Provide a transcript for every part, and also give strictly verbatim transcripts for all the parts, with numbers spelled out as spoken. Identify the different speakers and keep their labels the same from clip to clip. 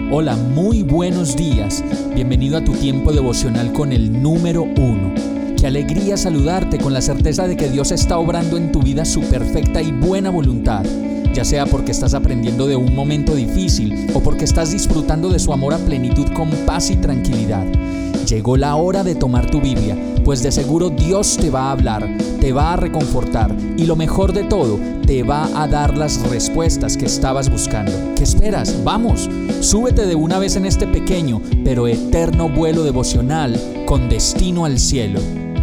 Speaker 1: Hola, muy buenos días. Bienvenido a tu tiempo devocional con el número uno. Qué alegría saludarte con la certeza de que Dios está obrando en tu vida su perfecta y buena voluntad, ya sea porque estás aprendiendo de un momento difícil o porque estás disfrutando de su amor a plenitud con paz y tranquilidad. Llegó la hora de tomar tu Biblia, pues de seguro Dios te va a hablar, te va a reconfortar y lo mejor de todo, te va a dar las respuestas que estabas buscando. ¿Qué esperas? ¡Vamos! Súbete de una vez en este pequeño pero eterno vuelo devocional con destino al cielo.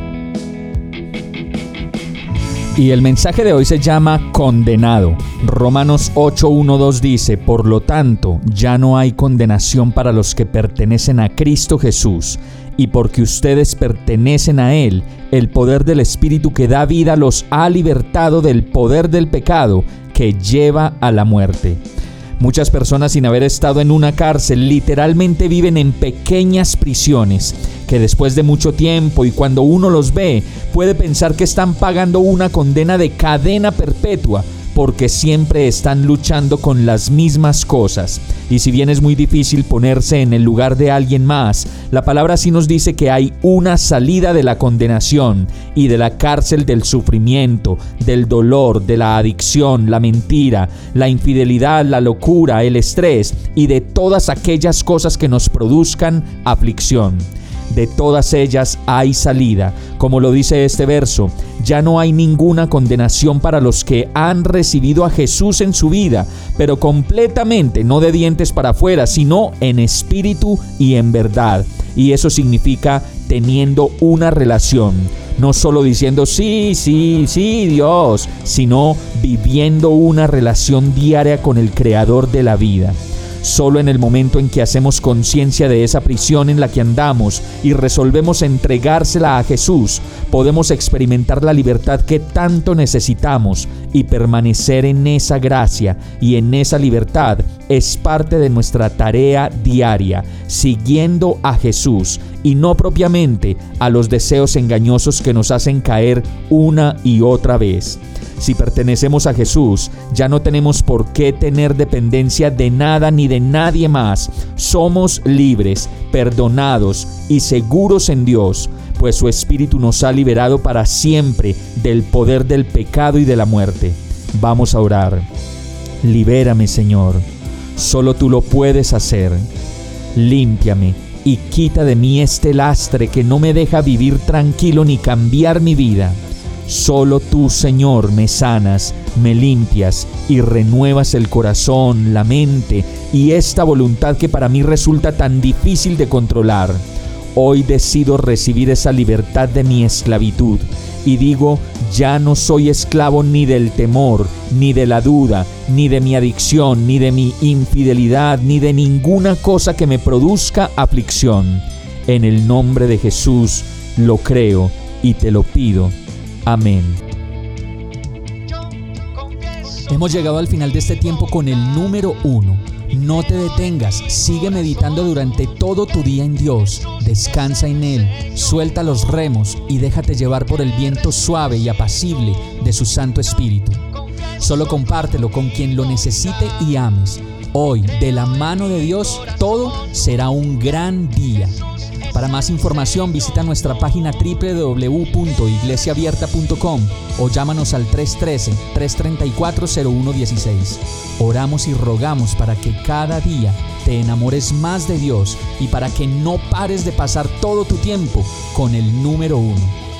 Speaker 1: Y el mensaje de hoy se llama Condenado. Romanos ocho uno dos dice: por lo tanto, ya no hay condenación para los que pertenecen a Cristo Jesús, y porque ustedes pertenecen a Él, el poder del Espíritu que da vida los ha libertado del poder del pecado que lleva a la muerte. Muchas personas, sin haber estado en una cárcel, literalmente viven en pequeñas prisiones que después de mucho tiempo y cuando uno los ve, puede pensar que están pagando una condena de cadena perpetua porque siempre están luchando con las mismas cosas. Y si bien es muy difícil ponerse en el lugar de alguien más, la palabra sí nos dice que hay una salida de la condenación y de la cárcel del sufrimiento, del dolor, de la adicción, la mentira, la infidelidad, la locura, el estrés y de todas aquellas cosas que nos produzcan aflicción. De todas ellas hay salida, como lo dice este verso. Ya no hay ninguna condenación para los que han recibido a Jesús en su vida, pero completamente, no de dientes para afuera, sino en espíritu y en verdad. Y eso significa teniendo una relación, no solo diciendo sí, sí, sí, Dios, sino viviendo una relación diaria con el Creador de la vida. Solo en el momento en que hacemos conciencia de esa prisión en la que andamos y resolvemos entregársela a Jesús, podemos experimentar la libertad que tanto necesitamos, y permanecer en esa gracia y en esa libertad es parte de nuestra tarea diaria, siguiendo a Jesús y no propiamente a los deseos engañosos que nos hacen caer una y otra vez. Si pertenecemos a Jesús, ya no tenemos por qué tener dependencia de nada ni de nadie más. Somos libres, perdonados y seguros en Dios, pues su Espíritu nos ha liberado para siempre del poder del pecado y de la muerte. Vamos a orar. Libérame, Señor. Solo tú lo puedes hacer. Límpiame y quita de mí este lastre que no me deja vivir tranquilo ni cambiar mi vida. Solo tú, Señor, me sanas, me limpias y renuevas el corazón, la mente y esta voluntad que para mí resulta tan difícil de controlar. Hoy decido recibir esa libertad de mi esclavitud y digo, ya no soy esclavo ni del temor, ni de la duda, ni de mi adicción, ni de mi infidelidad, ni de ninguna cosa que me produzca aflicción. En el nombre de Jesús lo creo y te lo pido. Amén. Hemos llegado al final de este tiempo con el número uno. No te detengas, sigue meditando durante todo tu día en Dios. Descansa en Él, suelta los remos y déjate llevar por el viento suave y apacible de su Santo Espíritu. Solo compártelo con quien lo necesite y ames. Hoy, de la mano de Dios, todo será un gran día. Para más información visita nuestra página doble u doble u doble u punto iglesia abierta punto com o llámanos al tres uno tres, tres tres cuatro, cero uno uno seis. Oramos y rogamos para que cada día te enamores más de Dios y para que no pares de pasar todo tu tiempo con el número uno.